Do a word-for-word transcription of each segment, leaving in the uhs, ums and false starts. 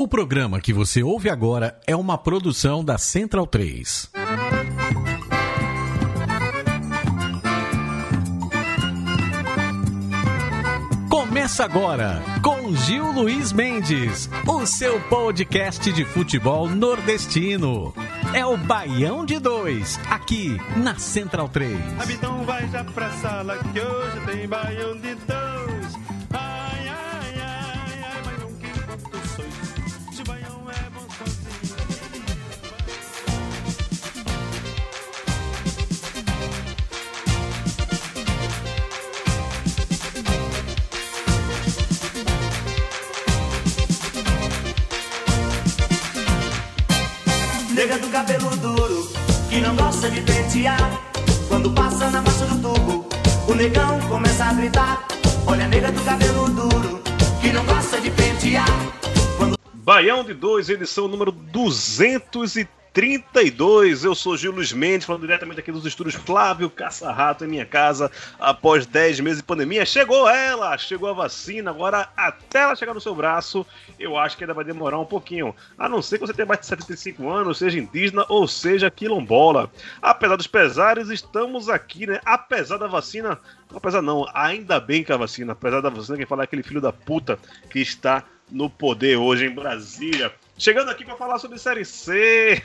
O programa que você ouve agora é uma produção da Central três. Começa agora com Gil Luiz Mendes, o seu podcast de futebol nordestino. É o Baião de Dois, aqui na Central três. Então vai já pra sala que hoje tem Baião de Dois. Ai, ai, ai, ai, mas não que quanto sois. Se o Baião é bom sozinho. Nega do cabelo duro, que não gosta de pentear. Quando passa na baixa do tubo, o negão começa a gritar. Olha a nega do cabelo duro, que não gosta de pentear. Quando... Baião de Dois, edição número duzentos e trinta e dois. Eu sou Gil Luiz Mendes, falando diretamente aqui dos estúdios Flávio Caça-Rato em minha casa. Após dez meses de pandemia, chegou ela, chegou a vacina. Agora, até ela chegar no seu braço, eu acho que ainda vai demorar um pouquinho. A não ser que você tenha mais de setenta e cinco anos, seja indígena ou seja quilombola. Apesar dos pesares, estamos aqui, né? Apesar da vacina, apesar não, ainda bem que a vacina, apesar da vacina, quem fala é aquele filho da puta que está no poder hoje em Brasília. Chegando aqui para falar sobre Série C.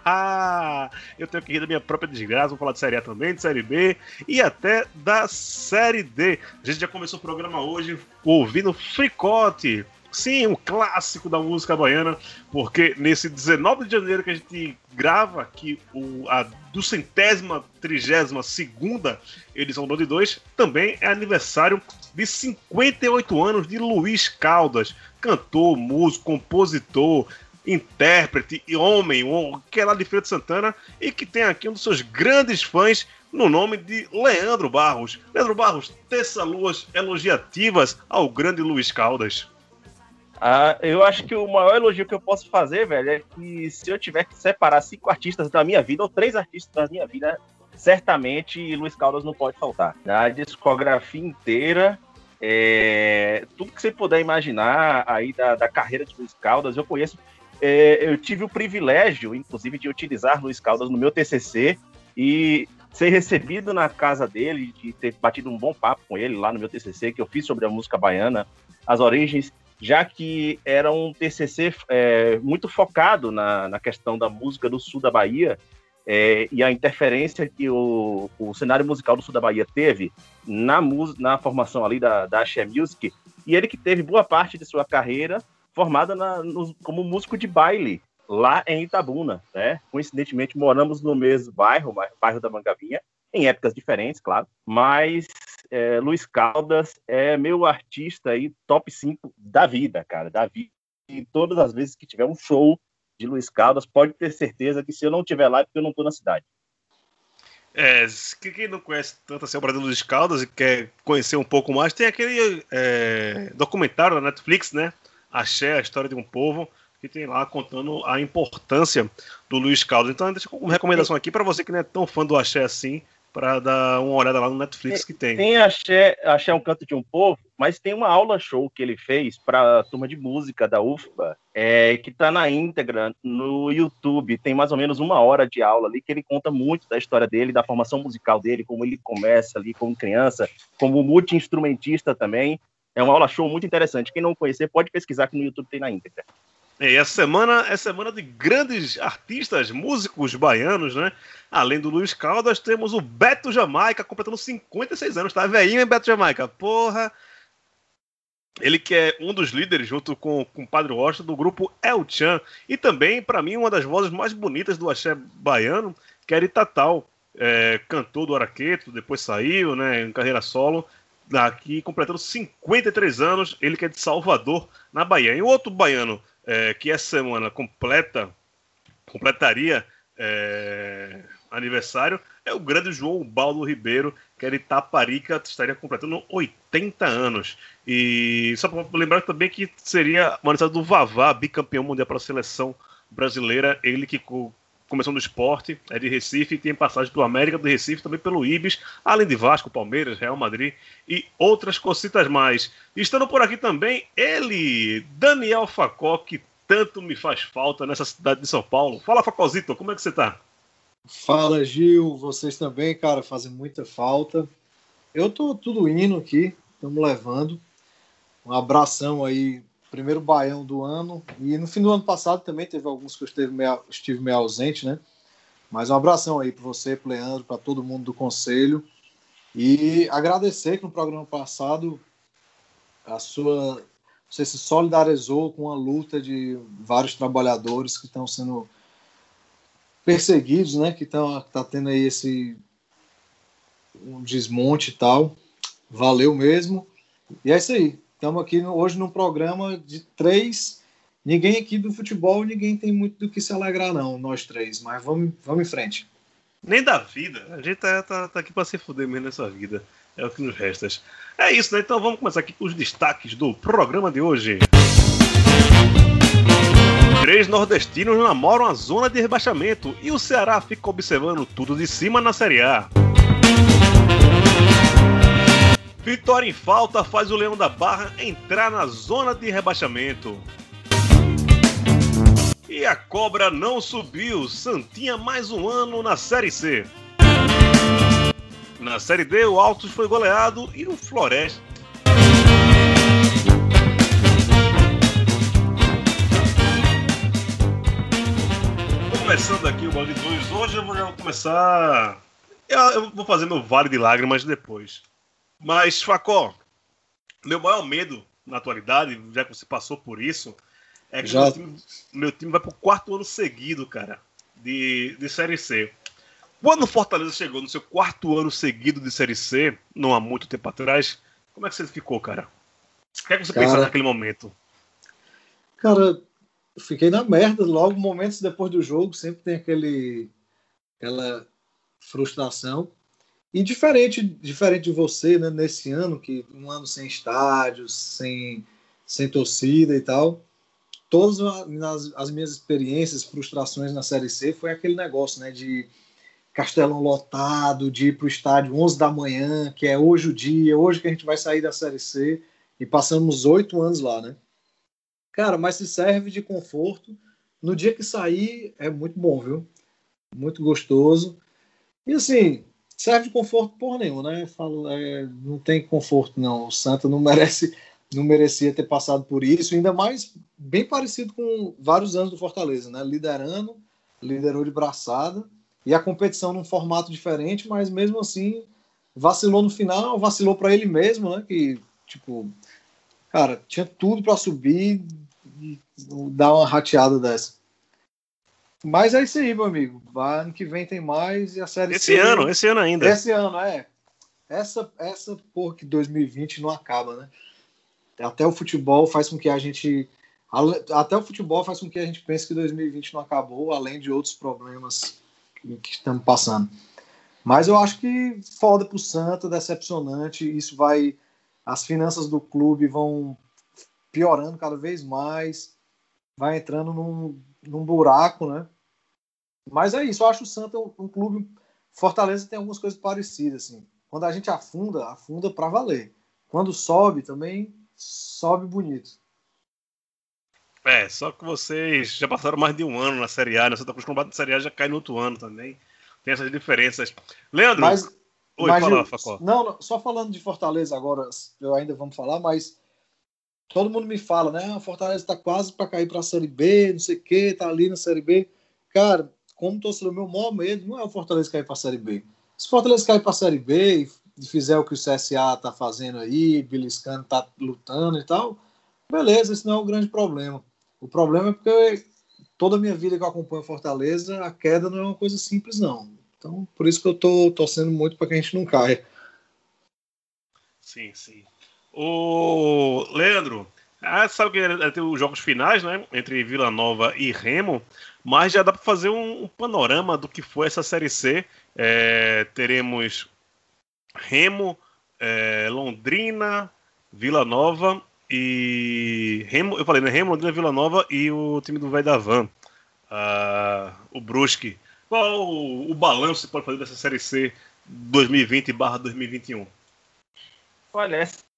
Eu tenho que rir da minha própria desgraça. Vou falar de Série A também, de Série B e até da Série D. A gente já começou o programa hoje ouvindo Fricote. Sim, um clássico da música baiana, porque nesse dezenove de janeiro que a gente grava aqui o, a duzentésima, trigésima segunda edição do De Dois, também é aniversário de cinquenta e oito anos de Luiz Caldas, cantor, músico, compositor, intérprete e homem, que é lá de Feira de Santana e que tem aqui um dos seus grandes fãs no nome de Leandro Barros. Leandro Barros, teça luas elogiativas ao grande Luiz Caldas. Ah, eu acho que o maior elogio que eu posso fazer, velho, é que se eu tiver que separar cinco artistas da minha vida, ou três artistas da minha vida, certamente Luiz Caldas não pode faltar. A discografia inteira, é, tudo que você puder imaginar aí da, da carreira de Luiz Caldas, eu conheço. É, eu tive o privilégio, inclusive, de utilizar Luiz Caldas no meu T C C e ser recebido na casa dele, de ter batido um bom papo com ele lá no meu T C C, que eu fiz sobre a música baiana, as origens, já que era um T C C é, muito focado na, na questão da música do sul da Bahia, é, e a interferência que o, o cenário musical do sul da Bahia teve na, na formação ali da, da Axé Music, e ele que teve boa parte de sua carreira formada na, no, como músico de baile, lá em Itabuna, né? Coincidentemente, moramos no mesmo bairro, bairro da Mangavinha, em épocas diferentes, claro, mas é, Luiz Caldas é meu artista aí, top cinco da vida, cara, da vida. E todas as vezes que tiver um show de Luiz Caldas, pode ter certeza que se eu não estiver lá é porque eu não estou na cidade. É, quem não conhece tanto assim o Brasil Luiz Caldas e quer conhecer um pouco mais, tem aquele é, documentário da Netflix, né? Axé, a história de um povo, que tem lá contando a importância do Luiz Caldas. Então, deixa uma recomendação aqui para você que não é tão fã do Axé assim, para dar uma olhada lá no Netflix que tem. Tem Axé, Axé é um canto de um povo, mas tem uma aula show que ele fez para a turma de música da U F B A, é, que está na íntegra no YouTube. Tem mais ou menos uma hora de aula ali que ele conta muito da história dele, da formação musical dele, como ele começa ali como criança, como multi-instrumentista também. É uma aula show muito interessante. Quem não conhecer pode pesquisar que no YouTube tem na íntegra. E essa semana é semana de grandes artistas, músicos baianos, né? Além do Luiz Caldas, temos o Beto Jamaica, completando cinquenta e seis anos, tá velhinho, hein, Beto Jamaica? Porra! Ele que é um dos líderes, junto com, com o Padre Rocha, do grupo El Chan. E também, para mim, uma das vozes mais bonitas do axé baiano, que era Itatal. É, cantor do Araqueto, depois saiu, né, em carreira solo. Aqui, completando cinquenta e três anos, ele que é de Salvador, na Bahia. E o outro baiano, é, que essa semana completa, completaria é, aniversário, é o grande João Baldo Ribeiro, que era de Itaparica, estaria completando oitenta anos. E só para lembrar também que seria o aniversário do Vavá, bicampeão mundial para a seleção brasileira, ele que começou no esporte, é de Recife, tem passagem do América do Recife, também pelo Ibis, além de Vasco, Palmeiras, Real Madrid e outras cositas mais. Estando por aqui também, ele, Daniel Facó, que tanto me faz falta nessa cidade de São Paulo. Fala, Facozito, como é que você tá? Fala, Gil, vocês também, cara, fazem muita falta. Eu tô tudo indo aqui, estamos levando. Um abração aí, primeiro baião do ano. E no fim do ano passado também teve alguns que eu estive meio, estive meio ausente, né? Mas um abração aí para você, pro Leandro, para todo mundo do conselho. E agradecer que no programa passado a sua, você se solidarizou com a luta de vários trabalhadores que estão sendo perseguidos, né? Que estão tá tendo aí esse um desmonte e tal. Valeu mesmo. E é isso aí. Estamos aqui no, hoje num programa de três. Ninguém aqui do futebol, ninguém tem muito do que se alegrar, não, nós três. Mas vamos, vamos em frente. Nem da vida. A gente tá, tá, tá aqui para se fuder mesmo nessa vida. É o que nos resta. É isso, né? Então vamos começar aqui com os destaques do programa de hoje. Três nordestinos namoram a zona de rebaixamento e o Ceará fica observando tudo de cima na Série A. Vitória em falta faz o Leão da Barra entrar na zona de rebaixamento. E a cobra não subiu, Santinha mais um ano na Série C. Na Série D, o Altos foi goleado e o Floresta. Começando aqui o Vale dois, hoje eu vou já começar... Eu, eu vou fazer meu Vale de Lágrimas depois. Mas, Facó, meu maior medo na atualidade, já que você passou por isso, é que já... meu, time, meu time vai pro quarto ano seguido, cara, de, de Série C. Quando o Fortaleza chegou no seu quarto ano seguido de Série C, não há muito tempo atrás, como é que você ficou, cara? O que é que você cara... pensava naquele momento? Cara, eu fiquei na merda. Logo, momentos depois do jogo, sempre tem aquele, aquela frustração. E diferente, diferente de você, né, nesse ano, que um ano sem estádios, sem, sem torcida e tal, todas as, as minhas experiências, frustrações na Série C foi aquele negócio, né, de Castelão lotado, de ir para o estádio onze da manhã, que é hoje o dia, hoje que a gente vai sair da Série C, e passamos oito anos lá, né? Cara, mas se serve de conforto, no dia que sair é muito bom, viu? Muito gostoso. E assim, serve de conforto por nenhum, né? Falo, é, não tem conforto, não. O Santa não merece, não merecia ter passado por isso, ainda mais bem parecido com vários anos do Fortaleza, né? Liderando, liderou de braçada, e a competição num formato diferente, mas mesmo assim vacilou no final, vacilou para ele mesmo, né? Que, tipo, cara, tinha tudo para subir e dar uma rateada dessa. Mas é isso aí, meu amigo. Ano que vem tem mais e a Série esse C... Esse ano, esse ano ainda. Esse ano, é. Essa, essa porra que dois mil e vinte não acaba, né? Até o futebol faz com que a gente... Até o futebol faz com que a gente pense que dois mil e vinte não acabou, além de outros problemas que, que estamos passando. Mas eu acho que foda pro Santa, decepcionante. Isso vai... As finanças do clube vão piorando cada vez mais. Vai entrando num, num buraco, né? Mas é isso. Eu acho o Santa um, um clube... Fortaleza tem algumas coisas parecidas, assim. Quando a gente afunda, afunda pra valer. Quando sobe, também sobe bonito. É, só que vocês já passaram mais de um ano na Série A, né? Você tá acostumado na Série A, já cai no outro ano também. Tem essas diferenças. Leandro... Mas... Oi, mas, fala, Facó. Não, não, só falando de Fortaleza agora, eu ainda vamos falar, mas todo mundo me fala, né? A Fortaleza tá quase para cair para a Série B, não sei o que, tá ali na Série B. Cara, como torcedor, meu maior medo não é o Fortaleza cair para a Série B. Se o Fortaleza cair para a Série B e fizer o que o C S A tá fazendo aí, beliscando, tá lutando e tal, beleza, isso não é um grande problema. O problema é porque toda a minha vida que eu acompanho Fortaleza, a queda não é uma coisa simples, não. Então, por isso que eu tô torcendo muito para que a gente não caia. Sim, sim. O Leandro, ah, sabe que tem os jogos finais, né? Entre Vila Nova e Remo, mas já dá para fazer um, um panorama do que foi essa Série C. É, teremos Remo, é, Londrina, Vila Nova e... Remo, eu falei, né? Remo, Londrina, Vila Nova e o time do Vai da Van, ah, o Brusque. Qual o, o balanço que você pode fazer dessa Série C dois mil e vinte barra dois mil e vinte e um? Olha, essa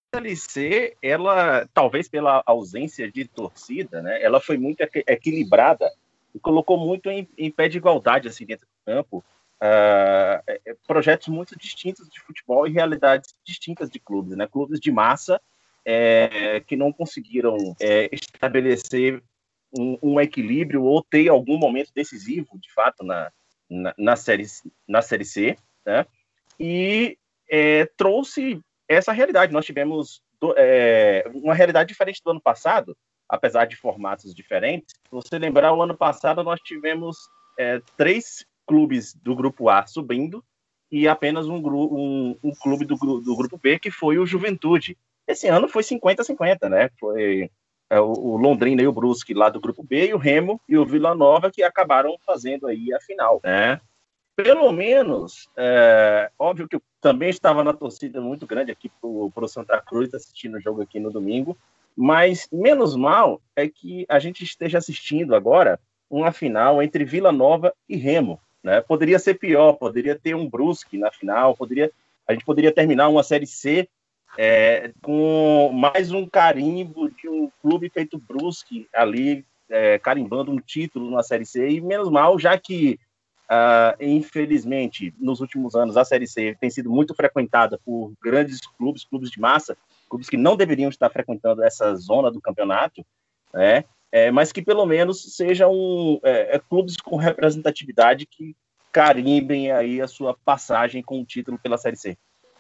Série C, ela, talvez pela ausência de torcida, né, ela foi muito equ- equilibrada e colocou muito em, em pé de igualdade, assim, dentro do campo, ah, é, é, projetos muito distintos de futebol e realidades distintas de clubes, né, clubes de massa é, que não conseguiram é, estabelecer um, um equilíbrio ou ter algum momento decisivo, de fato, na, na, na, série, na série C, né, e é, trouxe essa realidade. Nós tivemos do, é, uma realidade diferente do ano passado, apesar de formatos diferentes. Se você lembrar, o ano passado nós tivemos é, três clubes do Grupo A subindo e apenas um, um, um clube do, do Grupo B, que foi o Juventude. Esse ano foi cinquenta a cinquenta, né? Foi é, o, o Londrina e o Brusque lá do Grupo B, e o Remo e o Vila Nova, que acabaram fazendo aí a final, né? Pelo menos, é, óbvio que eu também estava na torcida muito grande aqui para o Santa Cruz, assistindo o jogo aqui no domingo, mas menos mal é que a gente esteja assistindo agora uma final entre Vila Nova e Remo, né? Poderia ser pior, poderia ter um Brusque na final, poderia, a gente poderia terminar uma Série C é, com mais um carimbo de um clube feito Brusque ali, é, carimbando um título na Série C, e menos mal, já que Uh, infelizmente, nos últimos anos, a Série C tem sido muito frequentada por grandes clubes, clubes de massa, clubes que não deveriam estar frequentando essa zona do campeonato, né? É, mas que pelo menos sejam é, é, clubes com representatividade que carimbem aí a sua passagem com o título pela Série C.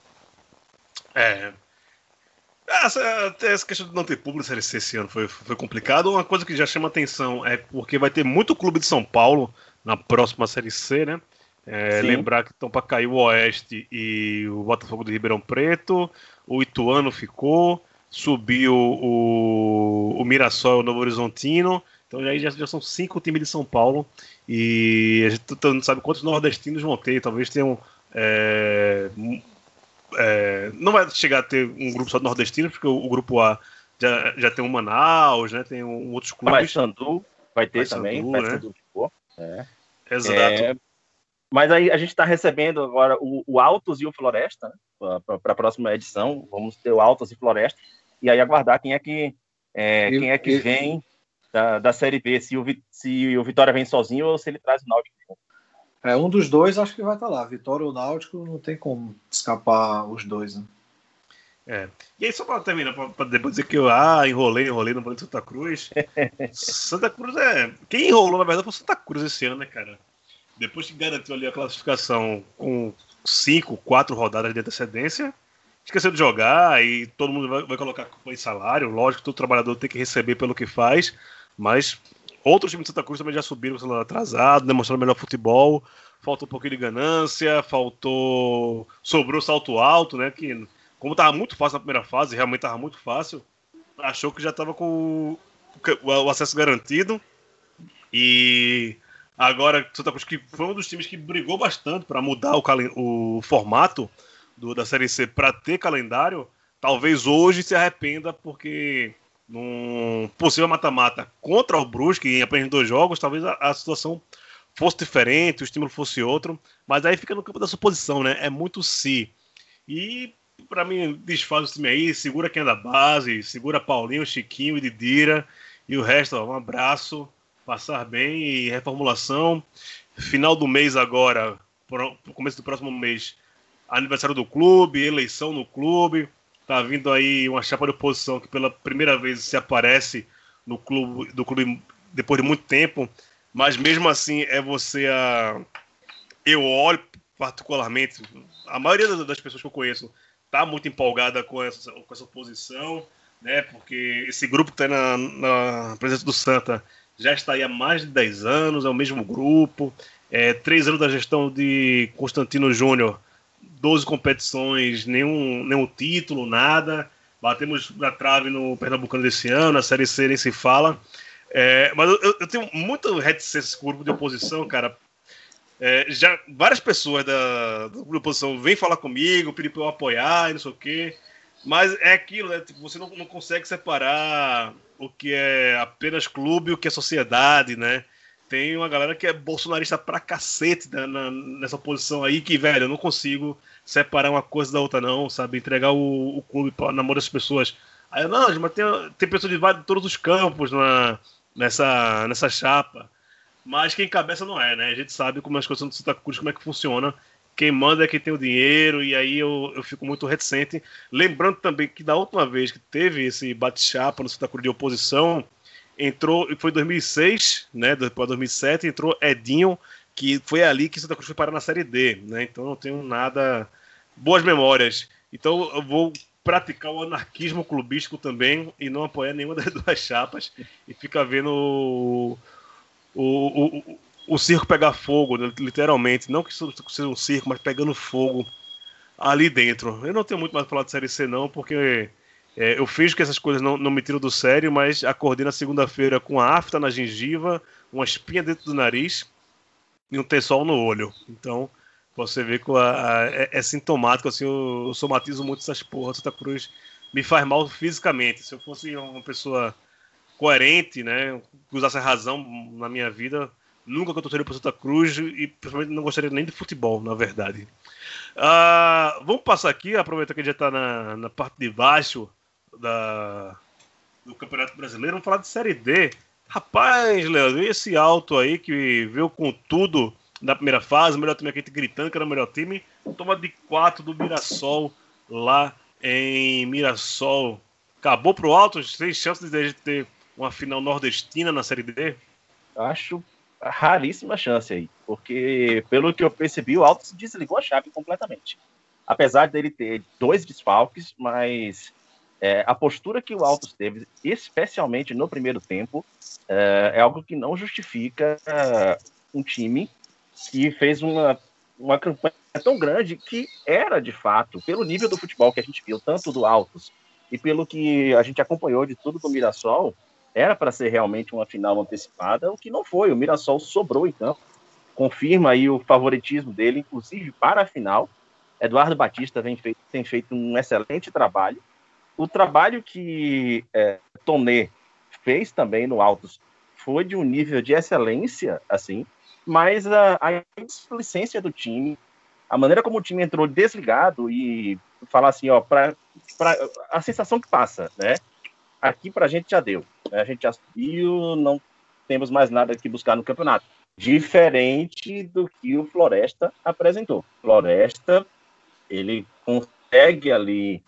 É. Essa, essa questão de não ter público na Série C esse ano foi, foi complicado. Uma coisa que já chama atenção é porque vai ter muito clube de São Paulo na próxima Série C, né? É, lembrar que estão para cair o Oeste e o Botafogo de Ribeirão Preto, o Ituano ficou, subiu o, o Mirassol e o Novo Horizontino, então aí já, já são cinco times de São Paulo, e a gente não sabe quantos nordestinos vão ter, talvez tenham... É, é, não vai chegar a ter um grupo só de nordestinos, porque o, o grupo A já, já tem o Manaus, né? Tem um, outros clubes. Paysandu vai ter Paysandu, também, né? Paysandu ficou. É. Exato. É, mas aí a gente está recebendo agora o, o Altos e o Floresta, né, para a próxima edição. Vamos ter o Altos e Floresta, e aí aguardar quem é que, é, E- quem é que e- vem da, da Série B, se o, Vi- se o Vitória vem sozinho ou se ele traz o Náutico. É, um dos dois acho que vai estar lá. Vitória ou Náutico, não tem como escapar os dois, né? É. E aí, só para terminar, para depois dizer que eu ah, enrolei, enrolei no Banco de Santa Cruz. Santa Cruz é. Quem enrolou, na verdade, foi o Santa Cruz esse ano, né, cara? Depois que garantiu ali a classificação com cinco, quatro rodadas de antecedência, esqueceu de jogar e todo mundo vai, vai colocar culpa em salário. Lógico que todo trabalhador tem que receber pelo que faz, mas outros times de Santa Cruz também já subiram com o salário atrasado, demonstrando melhor futebol. Faltou um pouquinho de ganância, faltou. Sobrou salto alto, né? Que, como estava muito fácil na primeira fase, realmente estava muito fácil, achou que já estava com o, o acesso garantido. E agora, Santa Cruz, que foi um dos times que brigou bastante para mudar o, calen- o formato do, da Série C para ter calendário, talvez hoje se arrependa, porque num possível mata-mata contra o Brusque, em apenas dois jogos, talvez a, a situação fosse diferente, o estímulo fosse outro, mas aí fica no campo da suposição, né? É muito se. E, para mim, desfaz o time aí, segura quem é da base, segura Paulinho, Chiquinho e Didira, e o resto, ó, um abraço, passar bem e reformulação. Final do mês agora, pro, pro começo do próximo mês, aniversário do clube, eleição no clube, tá vindo aí uma chapa de oposição que pela primeira vez se aparece no clube, do clube depois de muito tempo, mas mesmo assim é você a... Eu olho particularmente, a maioria das pessoas que eu conheço tá muito empolgada com essa, com essa oposição, né? Porque esse grupo que está na, na presença do Santa já está aí há mais de dez anos, é o mesmo grupo, é, três anos da gestão de Constantino Júnior, doze competições, nenhum, nenhum título, nada. Batemos na trave no Pernambucano desse ano, a Série C nem se fala. É, mas eu, eu tenho muito reticência com o grupo de oposição, cara. É, já várias pessoas da, do grupo de oposição vêm falar comigo, pedir para eu apoiar e não sei o quê. Mas é aquilo, né? Tipo, você não, não consegue separar o que é apenas clube e o que é sociedade, né? tem uma galera que é bolsonarista pra cacete né, na, nessa posição aí, que, velho, eu não consigo separar uma coisa da outra, não, sabe? Entregar o, o clube pra, na mão das pessoas. Aí eu, não, mas tem, tem pessoas de, vários, de todos os campos na, nessa, nessa chapa. Mas quem encabeça não é, né? A gente sabe como as coisas do Santa Cruz, como é que funciona. Quem manda é quem tem o dinheiro, e aí eu, eu fico muito reticente. Lembrando também que da última vez que teve esse bate-chapa no Santa Cruz de oposição, entrou, foi em dois mil e seis, né? Depois de dois mil e sete, entrou Edinho, que foi ali que Santa Cruz foi parar na Série D, né? Então não tenho nada... boas memórias. Então eu vou praticar o anarquismo clubístico também e não apoiar nenhuma das duas chapas e ficar vendo o, o, o, o circo pegar fogo, literalmente. Não que isso seja um circo, mas pegando fogo ali dentro. Eu não tenho muito mais pra falar de Série C não, porque é, eu fiz que essas coisas não, não me tiram do sério, mas acordei na segunda-feira com a afta na gengiva, uma espinha dentro do nariz e um tensol no olho. Então, você vê que a, a, é, é sintomático, assim, eu, eu somatizo muito essas porras. Santa Cruz me faz mal fisicamente. Se eu fosse uma pessoa coerente, né, que usasse a razão na minha vida, nunca que eu torceria para Santa Cruz e principalmente não gostaria nem de futebol, na verdade. Uh, vamos passar aqui, aproveitar que a gente já está na, na parte de baixo da, do Campeonato Brasileiro, vamos falar de Série D. Rapaz, Leandro, e esse Alto aí que veio com tudo na primeira fase, o melhor time aqui gritando que era o melhor time, toma de quatro do Mirassol lá em Mirassol. Acabou pro Alto, tem chance de a gente ter uma final nordestina na Série D? Acho raríssima chance aí, porque pelo que eu percebi, o Alto se desligou a chave completamente. Apesar dele ter dois desfalques, mas é, a postura que o Alto teve, especialmente no primeiro tempo, é, é algo que não justifica é, um time que fez uma, uma campanha tão grande que era, de fato, pelo nível do futebol que a gente viu, tanto do Altos e pelo que a gente acompanhou de tudo do Mirassol, era para ser realmente uma final antecipada, o que não foi. O Mirassol sobrou em campo, confirma aí o favoritismo dele, inclusive para a final. Eduardo Batista vem feito, tem feito um excelente trabalho. O trabalho que é, Tonê fez também no Altos foi de um nível de excelência, assim, mas a, a displicência do time, a maneira como o time entrou desligado e falar assim, ó, pra, pra, a sensação que passa, né? Aqui pra gente já deu, né? A gente já subiu, não temos mais nada que buscar no campeonato. Diferente do que o Floresta apresentou. Floresta, ele consegue ali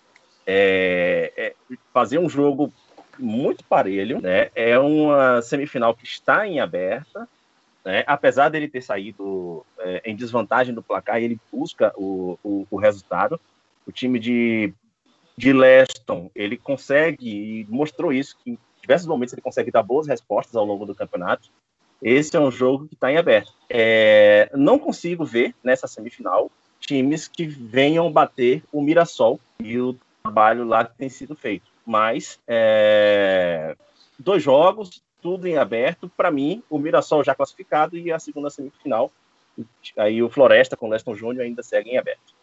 é, é, fazer um jogo muito parelho, né? É uma semifinal que está em aberta, né? Apesar dele ter saído é, em desvantagem do placar, ele busca o, o, o resultado. O time de, de Leston, ele consegue, e mostrou isso, que em diversos momentos ele consegue dar boas respostas ao longo do campeonato. Esse é um jogo que está em aberto. É, não consigo ver nessa semifinal times que venham bater o Mirassol e o trabalho lá que tem sido feito. Mas, é, dois jogos, tudo em aberto. Para mim, o Mirassol já classificado e a segunda semifinal. Aí o Floresta com o Leston Júnior ainda segue em aberto.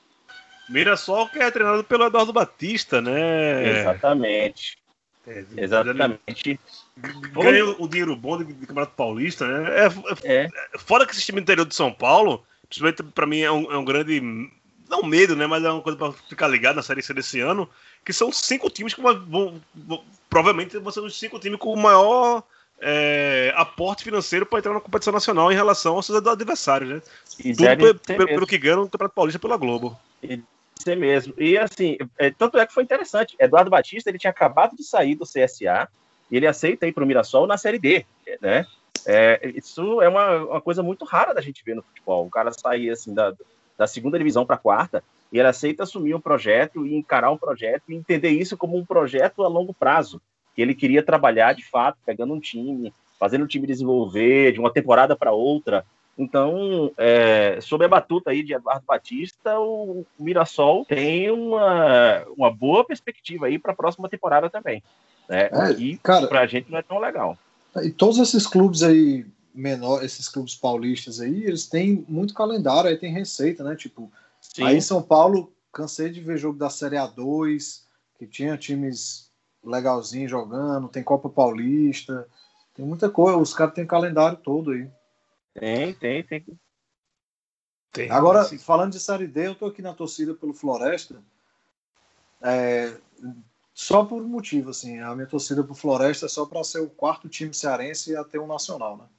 Mirassol que é treinado pelo Eduardo Batista, né? Exatamente. É, Exatamente. Ganha o dinheiro bom do Campeonato Paulista, né? É, É. é, fora que esse time interior de São Paulo, principalmente pra mim é um, é um grande, não medo, né? Mas é uma coisa pra ficar ligado na Série C desse ano, que são cinco times que vão, vão provavelmente vão ser os cinco times com o maior é, aporte financeiro para entrar na competição nacional em relação aos seus adversários, né? E Tudo pelo, pelo, pelo que ganham no Campeonato Paulista pela Globo. E ser mesmo. E assim, é, tanto é que foi interessante. Eduardo Batista, ele tinha acabado de sair do C S A e ele aceita ir para o Mirassol na Série D, né? É, isso é uma, uma coisa muito rara da gente ver no futebol. O cara sair assim da, da segunda divisão para a quarta e ele aceita assumir um projeto e encarar um projeto e entender isso como um projeto a longo prazo. Que ele queria trabalhar de fato, pegando um time, fazendo o time desenvolver de uma temporada para outra. Então, é, sob a batuta aí de Eduardo Batista, o Mirassol tem uma, uma boa perspectiva aí para a próxima temporada também. Né? É, e cara, para a gente não é tão legal. E todos esses clubes aí, menor, esses clubes paulistas aí, eles têm muito calendário, aí tem receita, né? Tipo, Sim. Aí em São Paulo, cansei de ver jogo da Série A dois, que tinha times legalzinhos jogando, tem Copa Paulista. Tem muita coisa, os caras têm calendário todo aí. Tem, tem, tem. Tem, Agora, sim. falando de Série D, eu tô aqui na torcida pelo Floresta. É, só por um motivo, assim. A minha torcida pro Floresta é só para ser o quarto time cearense a ter um nacional, né?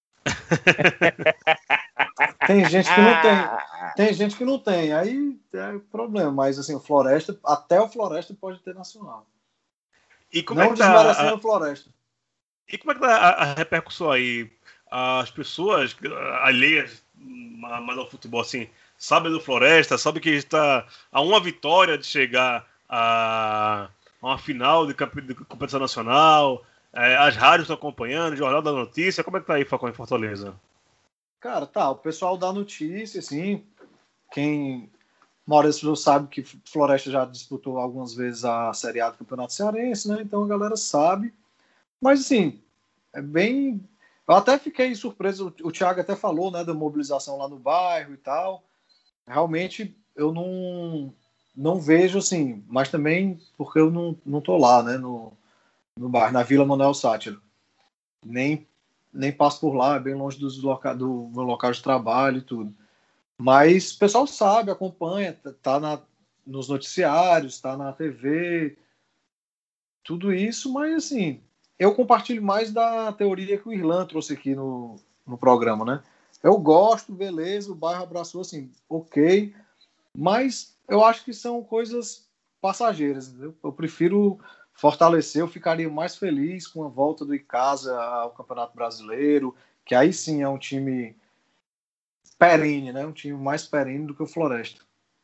Tem gente que não tem. Tem gente que não tem. Aí é problema. Mas, assim, o Floresta, até o Floresta pode ter nacional. E como Não é que tá desmerecendo a, o Floresta. e como é que tá a, a repercussão aí? As pessoas alheias mais ao futebol, assim, sabem do Floresta, sabem que está a uma vitória de chegar a, a uma final de, campe- de competição nacional, é, as rádios estão acompanhando, o Jornal da Notícia, como é que tá aí, Facão, em Fortaleza? Cara, tá. O pessoal dá notícia, assim. Quem. Maurício sabe que Floresta já disputou algumas vezes a Série A do Campeonato Cearense, né? Então a galera sabe. Mas, assim, é bem. Eu até fiquei surpreso. O Thiago até falou, né, da mobilização lá no bairro e tal. Realmente, eu não, não vejo, assim. Mas também porque eu não, não tô lá, né, no, no bairro, na Vila Manuel Sátiro. Nem, nem passo por lá, é bem longe dos loca, do meu local de trabalho e tudo. Mas o pessoal sabe, acompanha, tá na, nos noticiários, tá na T V, tudo isso, mas assim, eu compartilho mais da teoria que o Irlan trouxe aqui no, no programa, né? Eu gosto, beleza, o bairro abraçou, assim, ok, mas eu acho que são coisas passageiras, entendeu? Eu prefiro fortalecer, eu ficaria mais feliz com a volta do Icasa ao Campeonato Brasileiro, que aí sim é um time perene, né? Um time mais perene do que o Floresta.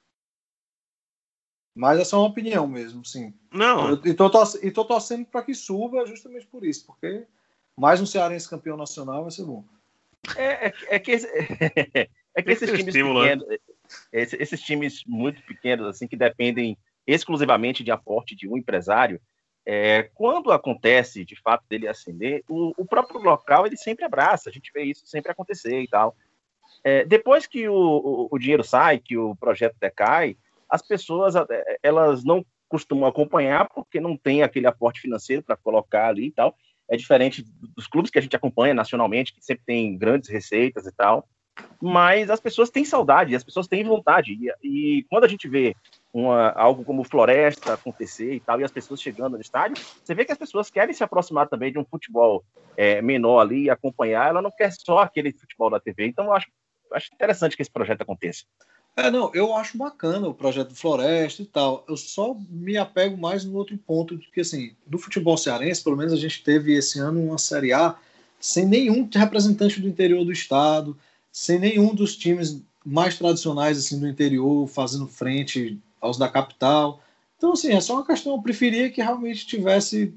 Mas essa é uma opinião mesmo, sim. Não, Eu, e, tô torcendo, e tô torcendo para que suba justamente por isso, porque mais um cearense campeão nacional vai ser bom. É, é, é que, esse- é que Tem que esses ter times estímulo, né? pequenos, esse- esses times muito pequenos, assim, que dependem exclusivamente de aporte de um empresário, é, quando acontece, de fato, dele ascender, o, o próprio local, ele sempre abraça, a gente vê isso sempre acontecer e tal. É, depois que o, o, o dinheiro sai, que o projeto decai, as pessoas, é, elas não costumam acompanhar porque não tem aquele aporte financeiro para colocar ali e tal. É diferente dos clubes que a gente acompanha nacionalmente, que sempre tem grandes receitas e tal, mas as pessoas têm saudade, as pessoas têm vontade, e, e quando a gente vê uma, algo como Floresta acontecer e tal, e as pessoas chegando no estádio, você vê que as pessoas querem se aproximar também de um futebol é, menor ali e acompanhar, ela não quer só aquele futebol da T V, então eu acho, acho interessante que esse projeto aconteça. É, não, eu acho bacana o projeto do Floresta e tal. Eu só me apego mais no outro ponto, porque assim, no futebol cearense, pelo menos a gente teve esse ano uma Série A sem nenhum representante do interior do estado, sem nenhum dos times mais tradicionais assim do interior fazendo frente aos da capital. Então, assim, é só uma questão. Eu preferia que realmente tivesse.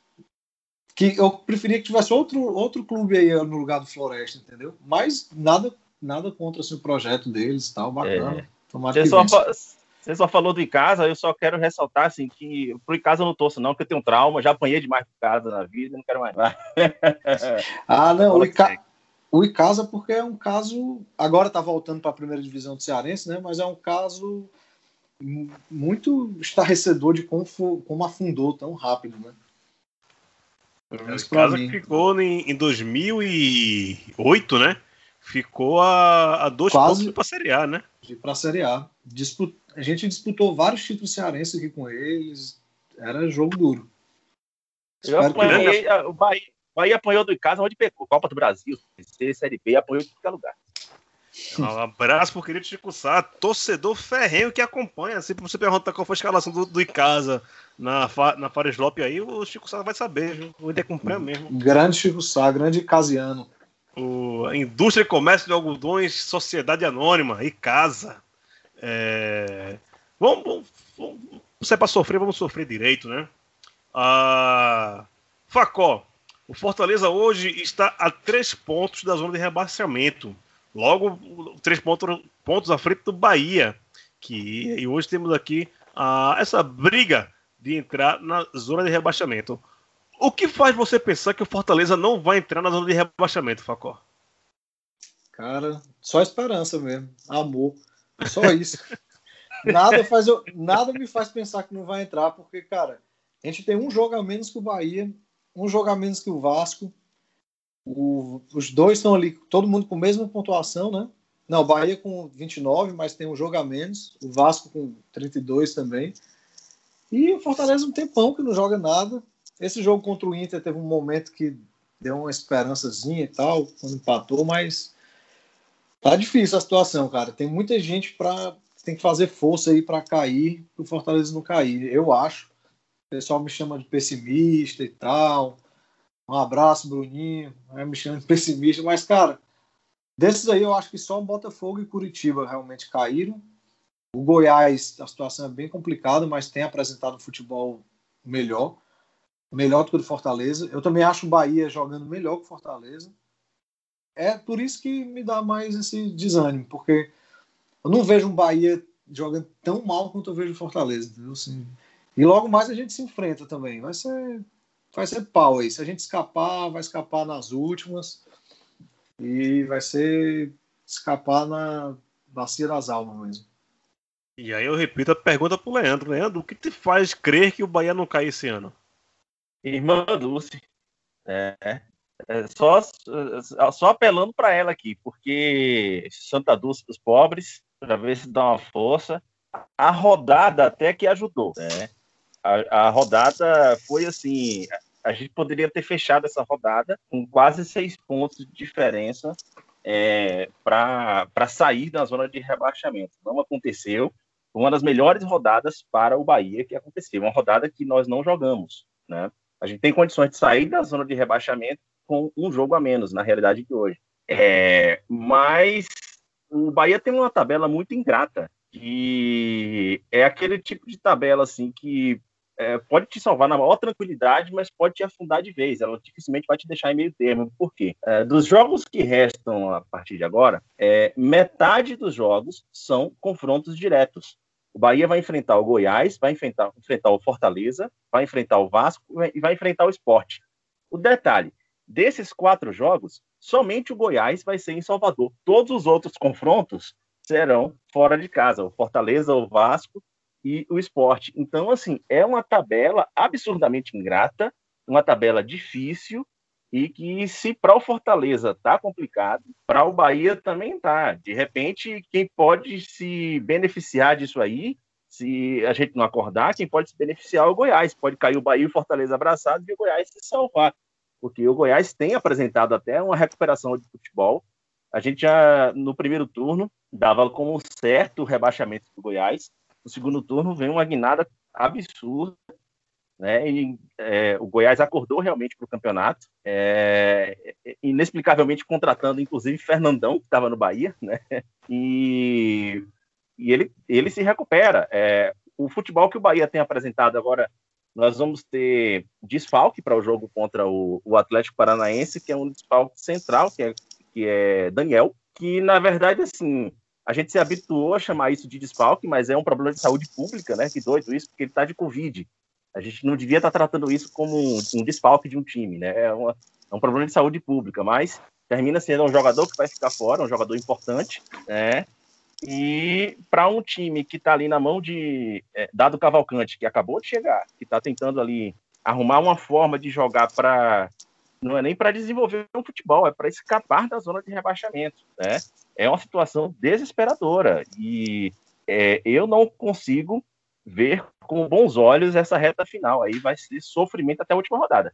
Que eu preferia que tivesse outro, outro clube aí no lugar do Floresta, entendeu? Mas nada, nada contra assim, o projeto deles e tal, bacana. Tomara Você que só, vença. fa- você só falou do Icasa, eu só quero ressaltar assim, que pro Icasa eu não torço não, porque eu tenho um trauma, já apanhei demais pro Icasa na vida, não quero mais. Ah, não, o, Bola que Ica... segue. o Icasa porque é um caso. Agora está voltando para a primeira divisão do Cearense, né? Mas é um caso mu- muito estarrecedor de como, fu- como afundou tão rápido, né? Pelo É, menos o para casa que mim. ficou em, em dois mil e oito, né? Ficou a, a dois Quase- pontos para a Série A, né? De para a Série A. Dispu- A gente disputou vários títulos cearenses aqui com eles. Era jogo duro. Eu Espero que apanhei, a- o Bahia, o Bahia apanhou do Icasa onde pegou, Copa do Brasil, C, Série B, apanhou em qualquer lugar. Um abraço pro querido Chico Sá, torcedor ferrenho que acompanha. Se você perguntar qual foi a escalação do, do Icasa na, Fa- na Fares Lopes aí, o Chico Sá vai saber, viu? O Inter acompanha mesmo. grande Chico Sá, grande Casiano. O, a Indústria e Comércio de Algodões, Sociedade Anônima, Icasa. É, vamos, vamos, vamos, se é pra sofrer, vamos sofrer direito, né? Ah, Facó, o Fortaleza hoje está a três pontos da zona de rebaixamento. Logo, três pontos, pontos à frente do Bahia. Que, e hoje temos aqui ah, essa briga de entrar na zona de rebaixamento. O que faz você pensar que o Fortaleza não vai entrar na zona de rebaixamento, Facó? Cara, só esperança mesmo. Amor. Só isso. Nada, faz eu, nada me faz pensar que não vai entrar, porque, cara, a gente tem um jogo a menos que o Bahia, um jogo a menos que o Vasco, O, os dois estão ali, todo mundo com a mesma pontuação, né? Não, o Bahia com vinte e nove, mas tem um jogo a menos. O Vasco com trinta e dois também. E o Fortaleza um tempão que não joga nada. Esse jogo contra o Inter teve um momento que deu uma esperançazinha e tal, quando empatou, mas tá difícil a situação, cara. Tem muita gente para tem que fazer força aí para cair, para o Fortaleza não cair. Eu acho. O pessoal me chama de pessimista e tal. Um abraço, Bruninho. Me chama de pessimista, mas, cara, desses aí eu acho que só o Botafogo e Curitiba realmente caíram. O Goiás, a situação é bem complicada, mas tem apresentado um futebol melhor. Melhor do que o do Fortaleza. Eu também acho o Bahia jogando melhor que o Fortaleza. É por isso que me dá mais esse desânimo, porque eu não vejo um Bahia jogando tão mal quanto eu vejo o Fortaleza. Entendeu? Assim, e logo mais a gente se enfrenta também. Vai ser, vai ser pau aí. Se a gente escapar, vai escapar nas últimas. E vai ser escapar na bacia das almas mesmo. E aí eu repito a pergunta pro Leandro. Leandro, o que te faz crer que o Bahia não cai esse ano? Irmã Dulce, é, é só, só apelando para ela aqui, porque Santa Dulce dos pobres, para ver se dá uma força. A rodada até que ajudou, né? A, a rodada foi assim, a gente poderia ter fechado essa rodada com quase seis pontos de diferença é, para sair da zona de rebaixamento. Não aconteceu. Uma das melhores rodadas para o Bahia que aconteceu, uma rodada que nós não jogamos, né? A gente tem condições de sair da zona de rebaixamento com um jogo a menos, na realidade de hoje. É, mas o Bahia tem uma tabela muito ingrata, que é aquele tipo de tabela assim, que é, pode te salvar na maior tranquilidade, mas pode te afundar de vez. Ela dificilmente vai te deixar em meio termo. Por quê? É, dos jogos que restam a partir de agora, é, metade dos jogos são confrontos diretos. O Bahia vai enfrentar o Goiás, vai enfrentar, enfrentar o Fortaleza, vai enfrentar o Vasco e vai enfrentar o Sport. O detalhe, desses quatro jogos, somente o Goiás vai ser em Salvador. Todos os outros confrontos serão fora de casa, o Fortaleza, o Vasco e o Sport. Então, assim, é uma tabela absurdamente ingrata, uma tabela difícil, e que se para o Fortaleza tá complicado, para o Bahia também tá. De repente, quem pode se beneficiar disso aí, se a gente não acordar, quem pode se beneficiar é o Goiás. Pode cair o Bahia e o Fortaleza abraçados e o Goiás se salvar. Porque o Goiás tem apresentado até uma recuperação de futebol. A gente já, no primeiro turno, dava como certo o rebaixamento do Goiás. No segundo turno, vem uma guinada absurda. Né? E, é, o Goiás acordou realmente para o campeonato, é, inexplicavelmente contratando, inclusive, Fernandão, que estava no Bahia, né? e, e ele, ele se recupera. É, o futebol que o Bahia tem apresentado agora, nós vamos ter desfalque para o jogo contra o, o Atlético Paranaense, que é um desfalque central, que é, que é Daniel, que, na verdade, assim, a gente se habituou a chamar isso de desfalque, mas é um problema de saúde pública, né? Que doido isso, porque ele está de Covid. A gente não devia estar tratando isso como um, um desfalque de um time, né? É, uma, é um problema de saúde pública, mas termina sendo um jogador que vai ficar fora, um jogador importante, né? E para um time que está ali na mão de é, Dado Cavalcante, que acabou de chegar, que está tentando ali arrumar uma forma de jogar para... Não é nem para desenvolver um futebol, é para escapar da zona de rebaixamento, né? É uma situação desesperadora e é, eu não consigo ver com bons olhos essa reta final. Aí vai ser sofrimento até a última rodada.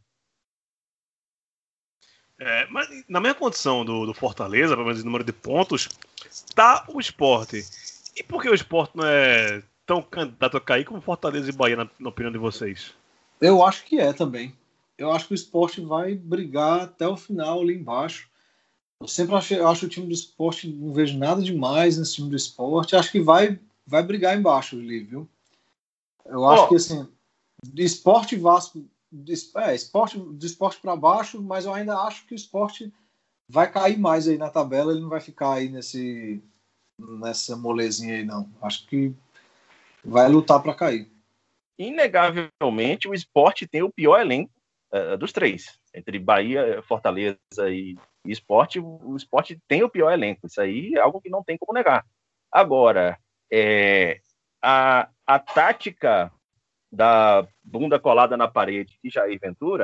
É, mas na mesma condição do, do Fortaleza, pelo menos o número de pontos, tá o Sport. E por que o Sport não é tão candidato a cair como Fortaleza e Bahia, na, na opinião de vocês? Eu acho que é também. Eu acho que o Sport vai brigar até o final ali embaixo. Eu sempre achei, eu acho o time do Sport, não vejo nada demais nesse time do Sport. Acho que vai, vai brigar embaixo ali, viu? Eu acho oh. que assim, de Sport e Vasco, de, é, esporte, de Sport para baixo, mas eu ainda acho que o Sport vai cair mais aí na tabela, ele não vai ficar aí nesse, nessa molezinha aí, não. Acho que vai lutar para cair. Inegavelmente, o Sport tem o pior elenco uh, dos três. Entre Bahia, Fortaleza e, e Sport, o Sport tem o pior elenco. Isso aí é algo que não tem como negar. Agora, é, a, a tática da bunda colada na parede de Jair Ventura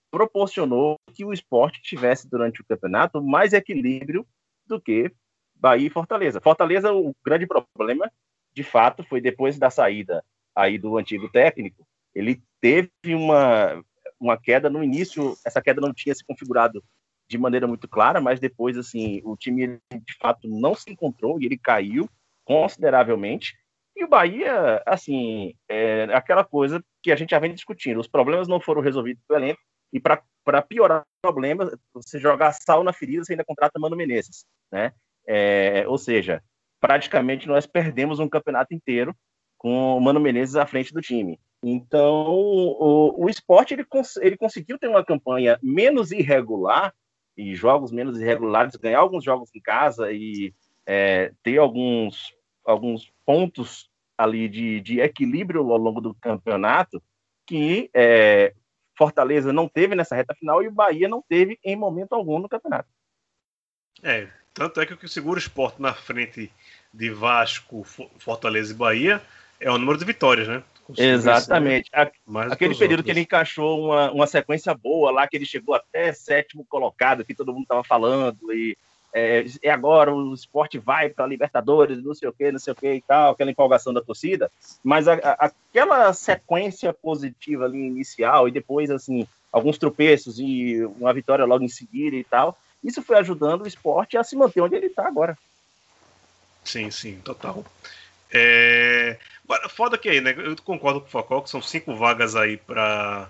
proporcionou que o Sport tivesse durante o campeonato mais equilíbrio do que Bahia e Fortaleza. Fortaleza, o grande problema, de fato, foi depois da saída aí do antigo técnico, ele teve uma, uma queda no início, essa queda não tinha se configurado de maneira muito clara, mas depois, assim, o time, de fato, não se encontrou e ele caiu consideravelmente. E o Bahia, assim, é aquela coisa que a gente já vem discutindo, os problemas não foram resolvidos pelo elenco, e para piorar o problema, você jogar sal na ferida, você ainda contrata Mano Menezes, né? É, ou seja, praticamente nós perdemos um campeonato inteiro com o Mano Menezes à frente do time. Então, o, o Sport ele, cons ele conseguiu ter uma campanha menos irregular e jogos menos irregulares, ganhar alguns jogos em casa e é, ter alguns, alguns pontos ali de, de equilíbrio ao longo do campeonato que é, Fortaleza não teve nessa reta final e o Bahia não teve em momento algum no campeonato. É, tanto é que o que segura o Sport na frente de Vasco, Fortaleza e Bahia é o número de vitórias, né? Conseguiu Exatamente. A, aquele período outros. que ele encaixou uma, uma sequência boa lá, que ele chegou até sétimo colocado, que todo mundo estava falando, e é, é agora o Sport vai para a Libertadores, não sei o que, não sei o que e tal, aquela empolgação da torcida, mas a, a, aquela sequência positiva ali inicial, e depois, assim, alguns tropeços e uma vitória logo em seguida e tal, isso foi ajudando o Sport a se manter onde ele está agora. Sim, sim, total. É... Foda que aí, né? Eu concordo com o Facol, que são cinco vagas aí para.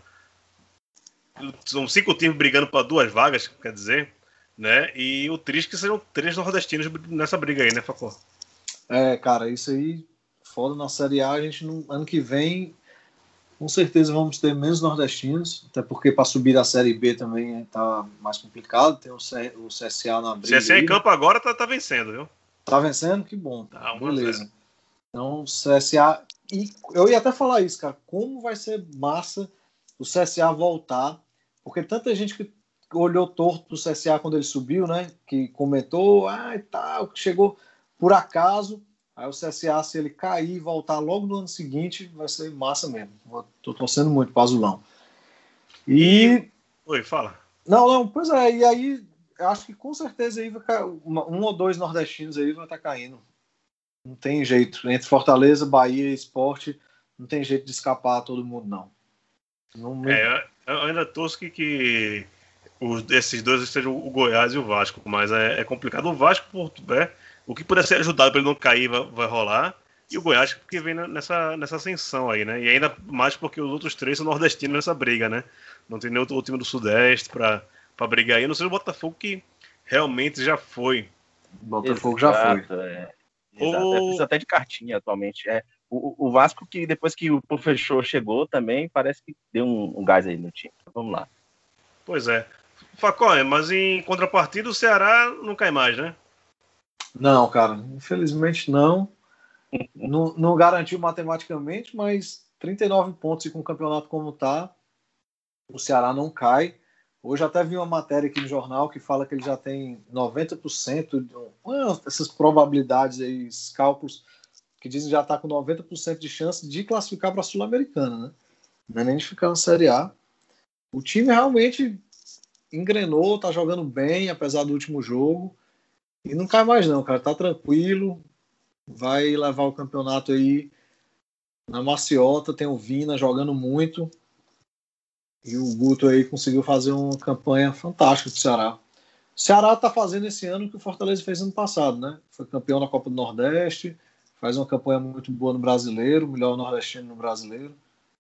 São cinco times brigando para duas vagas, quer dizer, né? E o triste é que sejam três nordestinos nessa briga aí, né, Facol? É, cara, isso aí, foda na Série A, a gente não, ano que vem, com certeza vamos ter menos nordestinos, até porque para subir a Série B também tá mais complicado, tem o, C, o C S A na briga. C S A em campo agora tá, tá vencendo, viu? Tá vencendo? Que bom. Tá, beleza. Então, C S A... E eu ia até falar isso, cara. Como vai ser massa o C S A voltar, porque tanta gente que olhou torto pro C S A quando ele subiu, né? Que comentou, ah, e tal, que chegou por acaso. Aí o C S A, se ele cair e voltar logo no ano seguinte, vai ser massa mesmo. Tô torcendo muito pro Azulão. E... e... Oi, fala. Não, não, pois é, e aí eu acho que com certeza aí vai cair, um ou dois nordestinos aí vai estar caindo. Não tem jeito. Entre Fortaleza, Bahia e Sport, não tem jeito de escapar a todo mundo, não. não me... É, eu ainda torço que, que os, esses dois sejam o Goiás e o Vasco, mas é, é complicado. O Vasco, por, é, o que puder ser ajudado para ele não cair, vai, vai rolar. E o Goiás, porque vem nessa, nessa ascensão aí, né? E ainda mais porque os outros três são nordestinos nessa briga, né? Não tem nenhum outro time do Sudeste para brigar aí. Não sei o Botafogo, que realmente já foi. Botafogo Exato, já foi. É. Exato. O... É, precisa até de cartinha atualmente. É, o, o Vasco, que depois que o professor chegou também, parece que deu um, um gás aí no time. Vamos lá. Pois é. Facó, mas em contrapartida o Ceará não cai mais, né? Não, cara. Infelizmente não. não, não garantiu matematicamente, mas trinta e nove pontos e com o campeonato como tá, o Ceará não cai. Hoje até vi uma matéria aqui no jornal que fala que ele já tem noventa por cento de uh, essas probabilidades aí, esses cálculos, que dizem que já está com noventa por cento de chance de classificar para a Sul-Americana, né? Não é nem de ficar na Série A. O time realmente engrenou, tá jogando bem, apesar do último jogo, e não cai mais não, cara, tá tranquilo, vai levar o campeonato aí na maciota, tem o Vina jogando muito, e o Guto aí conseguiu fazer uma campanha fantástica pro Ceará. O Ceará tá fazendo esse ano o que o Fortaleza fez ano passado, né? Foi campeão na Copa do Nordeste, faz uma campanha muito boa no Brasileiro, melhor nordestino no Brasileiro.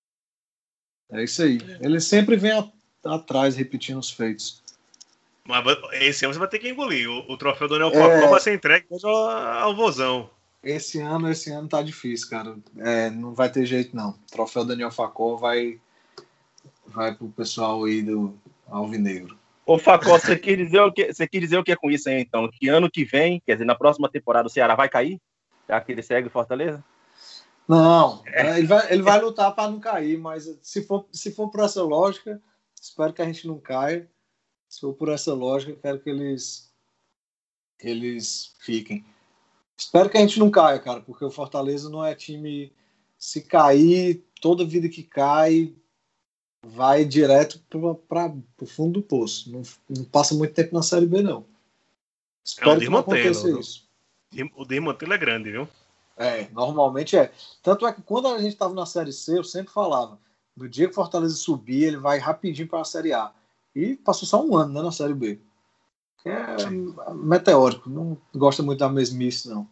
É isso aí. Ele sempre vem a, atrás, repetindo os feitos. Mas esse ano você vai ter que engolir. O, o troféu do Anel Facó é... vai ser entregue ao, ao Vozão. Esse ano, esse ano tá difícil, cara. É, não vai ter jeito, não. O troféu Daniel Facó vai... vai pro pessoal aí do Alvinegro. Ô, Facó, você quer dizer o que, você quer dizer o que é com isso aí, então? Que ano que vem, quer dizer, na próxima temporada, o Ceará vai cair? Já que ele segue o Fortaleza? Não, é. ele, vai, ele vai lutar para não cair, mas se for, se for por essa lógica, espero que a gente não caia. Se for por essa lógica, quero que eles, que eles fiquem. Espero que a gente não caia, cara, porque o Fortaleza não é time... Se cair, toda vida que cai... vai direto para o fundo do poço. Não, não passa muito tempo na Série B, não. Espero É um que não aconteça desmantelo. isso. O desmantelo é grande, viu? É, normalmente é. Tanto é que quando a gente estava na Série C, eu sempre falava, no dia que o Fortaleza subir, ele vai rapidinho para a Série A. E passou só um ano, né, na Série B. Que é Sim. meteórico, não gosta muito da mesmice, não.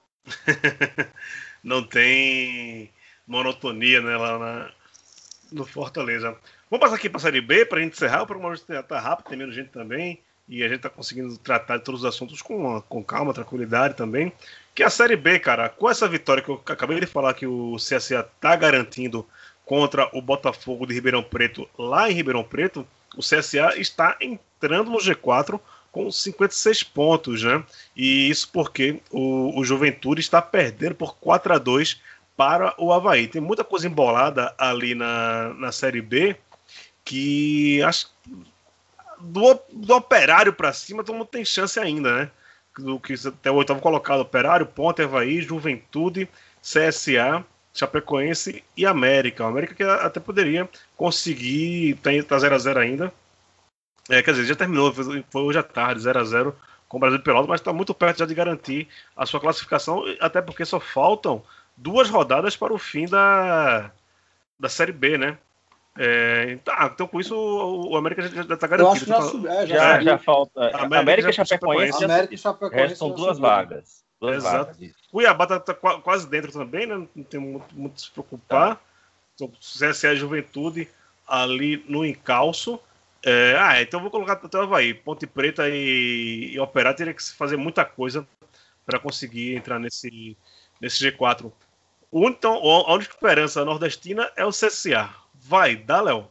Não tem monotonia, né, lá na, no Fortaleza. Vamos passar aqui para a Série B para a gente encerrar. O programa já está rápido, tem menos gente também. E a gente está conseguindo tratar de todos os assuntos com, com calma, tranquilidade também. Que a Série B, cara, com essa vitória que eu acabei de falar que o C S A está garantindo contra o Botafogo de Ribeirão Preto, lá em Ribeirão Preto, o C S A está entrando no G quatro com cinquenta e seis pontos, né? E isso porque o, o Juventude está perdendo por quatro a dois para o Avaí. Tem muita coisa embolada ali na, na Série B que acho do, do Operário para cima todo mundo tem chance ainda, né? Do que até o oitavo colocado, Operário, Ponte, Avaí, Juventude, C S A, Chapecoense e América. O América que até poderia conseguir, tá zero a zero ainda. É, quer dizer, já terminou, foi hoje à tarde, zero a zero com o Brasil de Pelotas, mas está muito perto já de garantir a sua classificação, até porque só faltam duas rodadas para o fim da, da Série B, né? É, tá, então com isso o, o América já está garantido. Eu acho que já, sub, é, já, já, já falta. América, América e já- Chapecoense. América e Chapecoense Restam já duas subiram. vagas. Duas Exato. vagas. Cuiabá está tá qua- quase dentro também, né? Não tem muito, muito se preocupar. Então, C S A e Juventude ali no encalço. É, ah, então eu vou colocar até o Avaí. Ponte Preta e, e Operário teria que se fazer muita coisa para conseguir entrar nesse, nesse G quatro. O, então, a única esperança nordestina é o C S A. Vai, dá, Léo.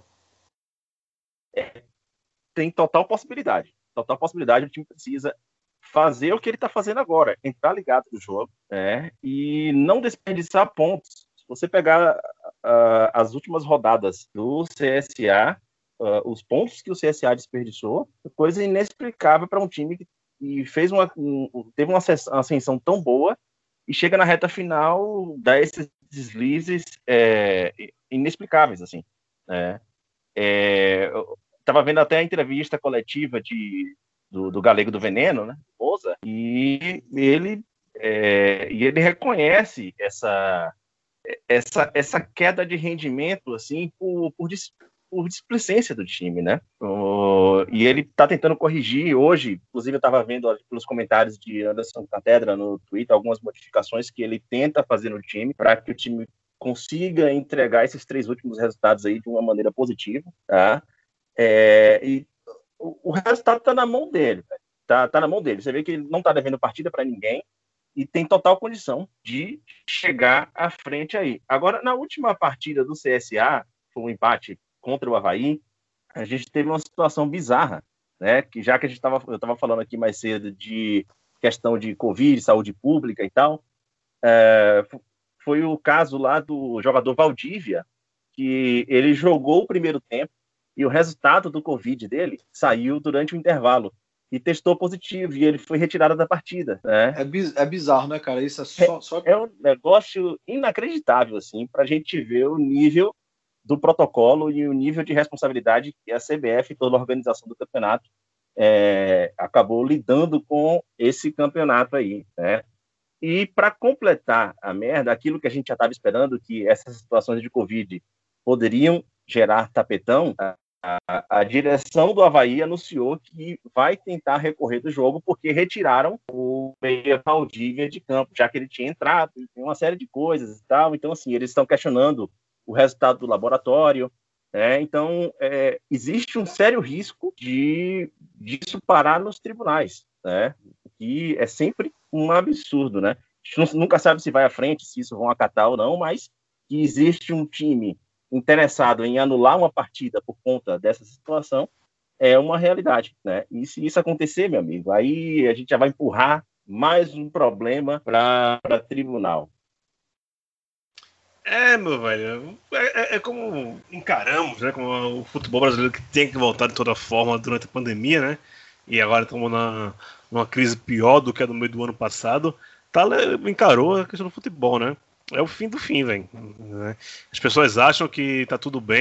Tem total possibilidade. Total possibilidade. O time precisa fazer o que ele está fazendo agora, entrar ligado no jogo, né, e não desperdiçar pontos. Se você pegar uh, as últimas rodadas do C S A, uh, os pontos que o C S A desperdiçou, coisa inexplicável para um time que e fez uma, um, teve uma ascensão tão boa e chega na reta final, dá esses deslizes é, inexplicáveis, assim, né? É, eu estava vendo até a entrevista coletiva de, do, do Galego do Veneno, né, Moza, e ele, é, e ele reconhece essa, essa, essa queda de rendimento, assim, por, por, dis, por displicência do time, né? O, e ele está tentando corrigir hoje, inclusive eu estava vendo ali pelos comentários de Anderson Catedra no Twitter, algumas modificações que ele tenta fazer no time para que o time consiga entregar esses três últimos resultados aí de uma maneira positiva, tá? É, e o, o resultado está na mão dele, tá, tá na mão dele. Você vê que ele não está devendo partida para ninguém e tem total condição de chegar à frente aí. Agora, na última partida do C S A, foi um empate contra o Avaí, a gente teve uma situação bizarra, né? Que já que a gente tava, eu estava falando aqui mais cedo de questão de Covid, saúde pública e tal, é, foi o caso lá do jogador Valdívia, que ele jogou o primeiro tempo e o resultado do Covid dele saiu durante o intervalo e testou positivo, e ele foi retirado da partida, né? É, biz, é bizarro, né, cara? Isso é só... só... É um negócio inacreditável, assim, para a gente ver o nível do protocolo e o nível de responsabilidade que a C B F e toda a organização do campeonato é, acabou lidando com esse campeonato aí, né? E para completar a merda, aquilo que a gente já estava esperando, que essas situações de Covid poderiam gerar tapetão, a, a, a direção do Avaí anunciou que vai tentar recorrer do jogo porque retiraram o meia Valdívia de campo, já que ele tinha entrado, tem uma série de coisas e tal. Então, assim, eles estão questionando o resultado do laboratório, né? Então, é, existe um sério risco de disso parar nos tribunais, né? Que é sempre um absurdo, né? A gente nunca sabe se vai à frente, se isso vão acatar ou não, mas que existe um time interessado em anular uma partida por conta dessa situação é uma realidade, né? E se isso acontecer, meu amigo, aí a gente já vai empurrar mais um problema para tribunal. É, meu velho, é, é, é como encaramos, né? Como o futebol brasileiro que tem que voltar de toda forma durante a pandemia, né? E agora estamos na, numa crise pior do que a do meio do ano passado. Tá, encarou a questão do futebol, né? É o fim do fim, velho. As pessoas acham que tá tudo bem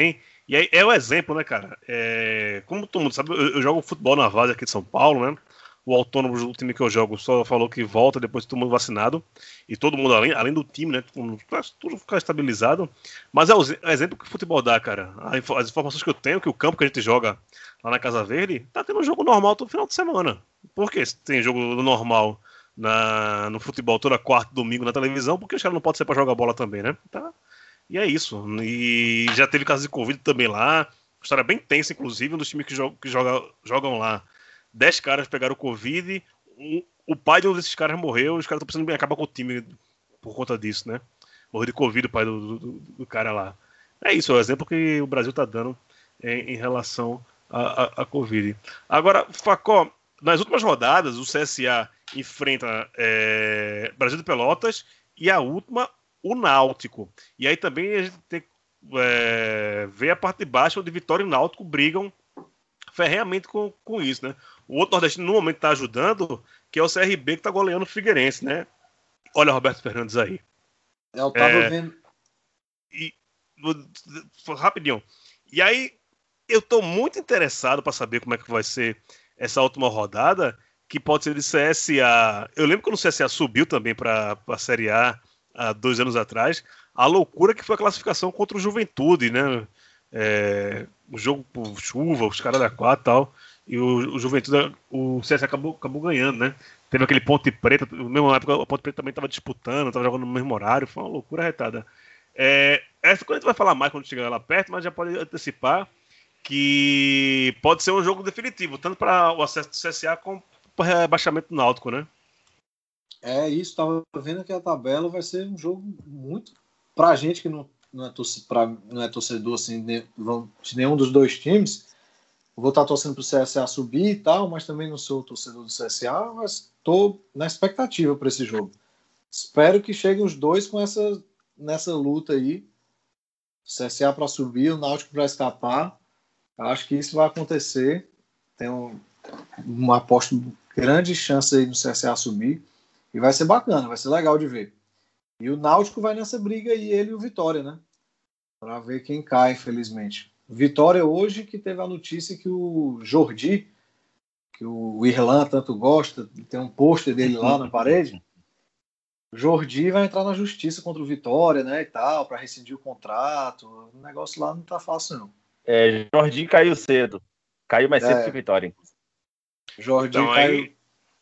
E aí é o exemplo, né, cara? É, como todo mundo sabe, eu, eu jogo futebol na Várzea aqui de São Paulo, né? O autônomo do time que eu jogo só falou que volta depois de todo mundo vacinado. E todo mundo, além, além do time, né? Tudo, tudo ficar estabilizado. Mas é o é o exemplo que o futebol dá, cara. As informações que eu tenho, que o campo que a gente joga lá na Casa Verde, tá tendo um jogo normal todo final de semana. Por que tem jogo normal na, no futebol toda quarta e domingo na televisão? Porque os caras não podem ser pra jogar bola também, né? Tá. E é isso. E já teve casos de Covid também lá. História bem tensa, inclusive, um dos times que, jogam, que joga, jogam lá. Dez caras pegaram Covid. Um, o pai de um desses caras morreu. Os caras estão precisando acabar com o time por conta disso, né? Morreu de Covid o pai do, do, do cara lá. É isso, é o exemplo que o Brasil tá dando em, em relação à, à, à Covid. Agora, Facó, nas últimas rodadas, o C S A enfrenta é, Brasil de Pelotas e a última, o Náutico. E aí também a gente tem que é, ver a parte de baixo, onde Vitória e Náutico brigam ferreamente com, com isso, né? O outro nordestino no momento está ajudando, que é o C R B, que está goleando o Figueirense, né? Olha o Roberto Fernandes aí. Eu tava é, vendo. E, rapidinho. E aí, eu estou muito interessado para saber como é que vai ser essa última rodada, que pode ser de C S A. Eu lembro quando o C S A subiu também para a Série A há dois anos atrás, a loucura que foi a classificação contra o Juventude, né? É, o jogo por chuva, os caras da quatro e tal, e o, o Juventude, o C S A acabou, acabou ganhando, né? Teve aquele Ponte Preta, na mesma época o Ponte Preta também estava disputando, estava jogando no mesmo horário, foi uma loucura retada. É, essa coisa a gente vai falar mais quando chegar lá perto, mas já pode antecipar que pode ser um jogo definitivo, tanto para o acesso do C S A como para o rebaixamento do Náutico, né? É isso, estava vendo que a tabela vai ser um jogo muito. Pra gente que não, não, é, torcedor, pra, não é torcedor assim, de, de nenhum dos dois times, vou estar torcendo para o C S A subir e tal, mas também não sou torcedor do C S A, mas estou na expectativa para esse jogo. Espero que cheguem os dois com essa, nessa luta aí. C S A para subir, o Náutico para escapar. Acho que isso vai acontecer. Tem um, uma aposta, grande chance aí do C S A subir. E vai ser bacana, vai ser legal de ver. E o Náutico vai nessa briga aí, ele e o Vitória, né? Para ver quem cai, infelizmente. Vitória hoje que teve a notícia que o Jordi, que o Irlan tanto gosta, tem um pôster dele lá na parede. O Jordi vai entrar na justiça contra o Vitória, né, e tal, para rescindir o contrato. O negócio lá não tá fácil, não. É, Jordi caiu cedo. Caiu mais cedo É. que Vitória. Jordi Então, caiu... aí,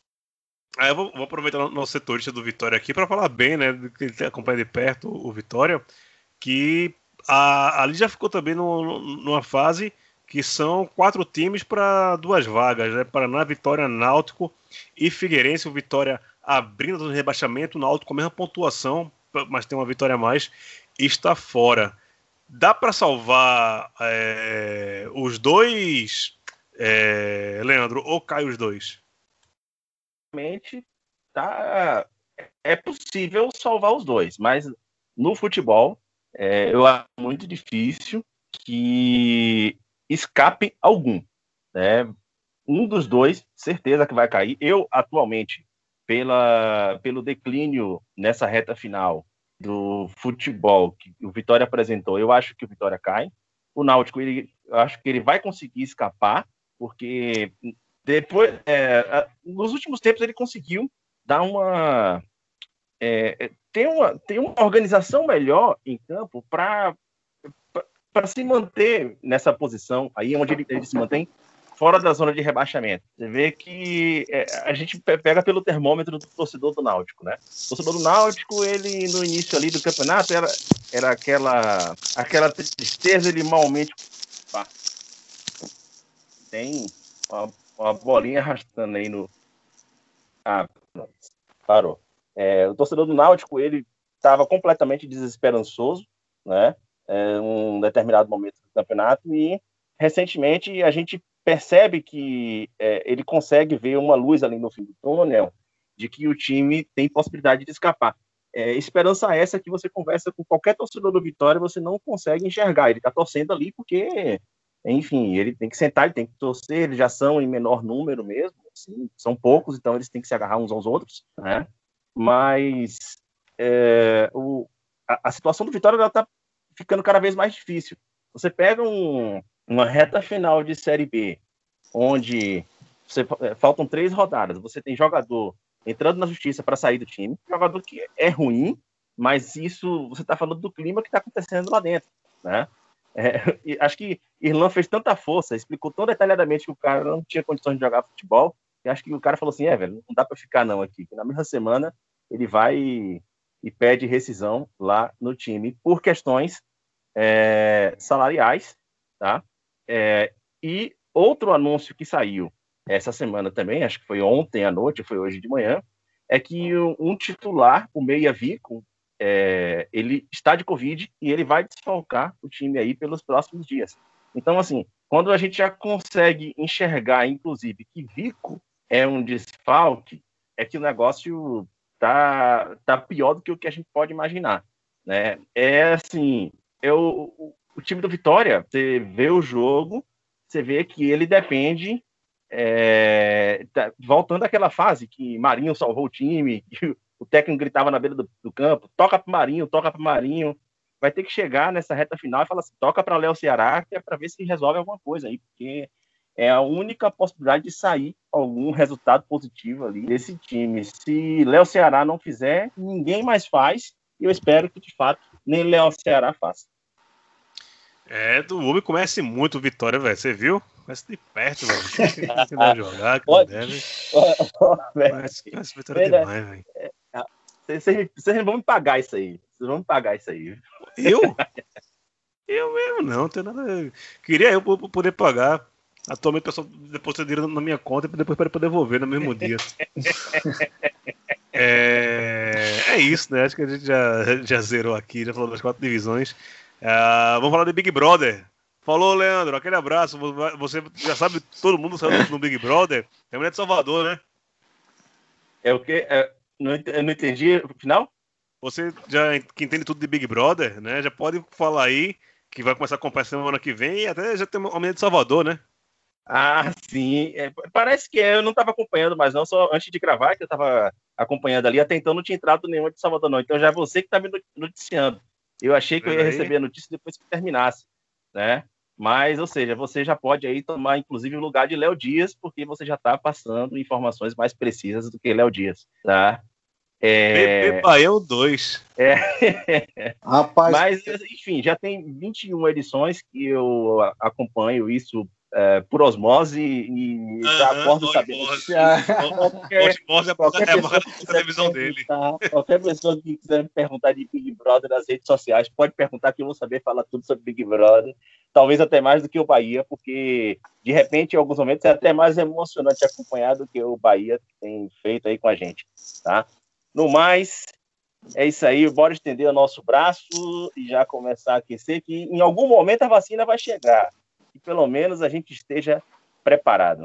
aí eu vou, vou aproveitar o nosso setorista do Vitória aqui para falar bem, né, que ele acompanha de perto o Vitória, que a, ali já ficou também no, numa fase que são quatro times para duas vagas, né? Paraná, Vitória, Náutico e Figueirense. O Vitória abrindo do rebaixamento, o Náutico com a mesma pontuação, mas tem uma vitória a mais, e está fora. Dá para salvar é, os dois, é, Leandro, ou cai os dois? Realmente tá, é possível salvar os dois, mas no futebol é, eu acho muito difícil que escape algum, né? Um dos dois, certeza que vai cair. Eu, atualmente, pela, pelo declínio nessa reta final do futebol que o Vitória apresentou, eu acho que o Vitória cai. O Náutico, ele, eu acho que ele vai conseguir escapar, porque depois, é, nos últimos tempos ele conseguiu dar uma, é, tem uma tem uma organização melhor em campo para para se manter nessa posição aí onde ele, ele se mantém fora da zona de rebaixamento. Você vê que é, a gente pega pelo termômetro do torcedor do Náutico, né? O torcedor do Náutico, ele no início ali do campeonato era, era aquela aquela tristeza, ele malmente pá, tem uma, uma bolinha arrastando aí no ah, parou. É, o torcedor do Náutico, ele estava completamente desesperançoso, né? Em um determinado momento do campeonato, e recentemente a gente percebe que é, ele consegue ver uma luz ali no fim do túnel, de que o time tem possibilidade de escapar. É, esperança essa que você conversa com qualquer torcedor do Vitória, você não consegue enxergar. Ele está torcendo ali porque, enfim, ele tem que sentar, ele tem que torcer, eles já são em menor número mesmo, assim, são poucos, então eles têm que se agarrar uns aos outros, né? Mas é, o, a, a situação do Vitória está ficando cada vez mais difícil. Você pega um, uma reta final de Série B, onde você, faltam três rodadas, você tem jogador entrando na justiça para sair do time, jogador que é ruim, mas isso você está falando do clima que está acontecendo lá dentro, né? É, acho que Irlan fez tanta força, explicou tão detalhadamente que o cara não tinha condições de jogar futebol, e acho que o cara falou assim, é, velho, não dá para ficar não aqui, que na mesma semana ele vai e, e pede rescisão lá no time, por questões é, salariais, tá? É, e outro anúncio que saiu essa semana também, acho que foi ontem à noite, foi hoje de manhã, é que um titular, o Meia Vico, é, ele está de Covid e ele vai desfalcar o time aí pelos próximos dias. Então, assim, quando a gente já consegue enxergar, inclusive, que Vico é um desfalque, é que o negócio tá, tá pior do que o que a gente pode imaginar, né? É assim, eu, o, o time do Vitória, você vê o jogo, você vê que ele depende, é, tá, voltando àquela fase que Marinho salvou o time, que o técnico gritava na beira do, do campo, toca pro Marinho, toca pro Marinho, vai ter que chegar nessa reta final e falar assim, toca para Léo Ceará, que é para ver se resolve alguma coisa aí, porque é a única possibilidade de sair algum resultado positivo ali desse time. Se Léo Ceará não fizer, ninguém mais faz, e eu espero que, de fato, nem Léo Ceará faça. É, do homem conhece muito o Vitória, velho. Você viu? Conhece de perto, velho. Que vai jogar, que não deve. Conhece o Vitória demais, velho. Vocês vão me pagar isso aí. Vocês vão me pagar isso aí. Eu? Eu mesmo não, não tenho nada. Queria eu poder pagar. Atualmente o pessoal deposita dinheiro na minha conta e depois para devolver no mesmo dia. é... é isso, né? Acho que a gente já, já zerou aqui, já falou das quatro divisões. Uh, vamos falar de Big Brother. Falou, Leandro, aquele abraço. Você já sabe, todo mundo sabe no Big Brother. É mulher de Salvador, né? É o quê? É, não, eu não entendi o final? Você já que entende tudo de Big Brother, né? Já pode falar aí que vai começar a acompanhar semana que vem e até já tem uma mulher de Salvador, né? Ah, sim. É, parece que eu não estava acompanhando mais, não. Só antes de gravar, que eu estava acompanhando ali. Até então não tinha entrado nenhuma de Salvador, não. Então já é você que está me noticiando. Eu achei que eu ia receber a notícia depois que terminasse, né? Mas, ou seja, você já pode aí tomar, inclusive, o lugar de Léo Dias, porque você já está passando informações mais precisas do que Léo Dias, tá? É... Bebê Baião dois. É... Rapaz... Mas, enfim, já tem vinte e uma edições que eu acompanho isso é, por osmose e já uh-huh, acordo sabendo. Osmose é a marca da televisão dele. Qualquer pessoa que quiser me perguntar de Big Brother nas redes sociais, pode perguntar que eu vou saber falar tudo sobre Big Brother. Talvez até mais do que o Bahia, porque, de repente, em alguns momentos, é até mais emocionante acompanhar do que o Bahia tem feito aí com a gente, tá? No mais, é isso aí. Bora estender o nosso braço e já começar a aquecer, que em algum momento a vacina vai chegar. E pelo menos a gente esteja preparado.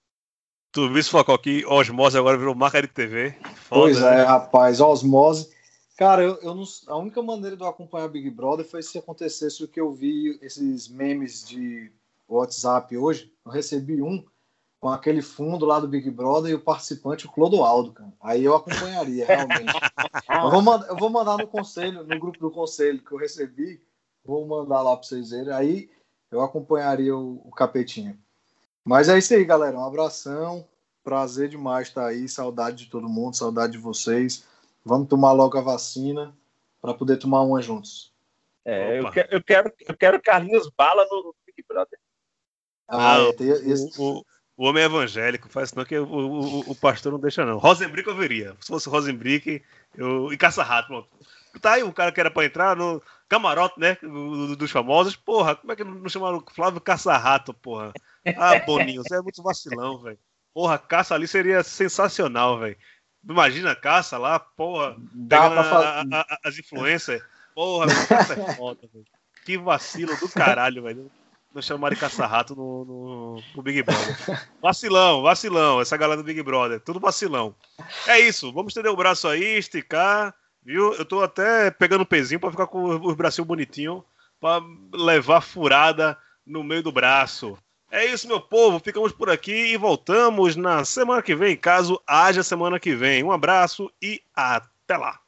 Tu viu, Focó, que Osmose agora virou marca de T V? Foda, pois é, né? Rapaz, Osmose. Cara, eu, eu não, a única maneira de eu acompanhar Big Brother foi se acontecesse o que eu vi, esses memes de WhatsApp hoje. Eu recebi um com aquele fundo lá do Big Brother e o participante, o Clodoaldo, cara. Aí eu acompanharia, realmente. eu, vou mandar, eu vou mandar no conselho, no grupo do conselho que eu recebi, vou mandar lá pra vocês verem. Aí eu acompanharia o, o Capetinha. Mas é isso aí, galera. Um abração. Prazer demais estar aí. Saudade de todo mundo, saudade de vocês. Vamos tomar logo a vacina para poder tomar uma juntos. É, eu quero, eu, quero, eu quero Carlinhos Bala no Big Brother. Ah, ah é, tem esse... o, o, o homem é evangélico, faz não que o, o, o pastor não deixa, não. Rosenbrick eu veria. Se fosse Rosenbrick, eu... e Caça-Rato, pronto. Tá aí um cara que era pra entrar no camarote, né? Dos famosos. Porra, como é que não chamaram Flávio Caça-Rato, porra? Ah, Boninho, você é muito vacilão, velho. Porra, Caça ali seria sensacional, velho. Imagina a Caça lá, porra, pegando a, a, a, as influências. Porra, Caça é foda, velho. Que vacilo do caralho, velho. Não chamaram de Caça-Rato no, no, no Big Brother. Vacilão, vacilão. Essa galera do Big Brother, tudo vacilão. É isso, vamos estender o braço aí, esticar. Viu? Eu tô até pegando o pezinho pra ficar com os bracinhos bonitinhos, pra levar furada no meio do braço. É isso, meu povo. Ficamos por aqui e voltamos na semana que vem, caso haja semana que vem. Um abraço e até lá.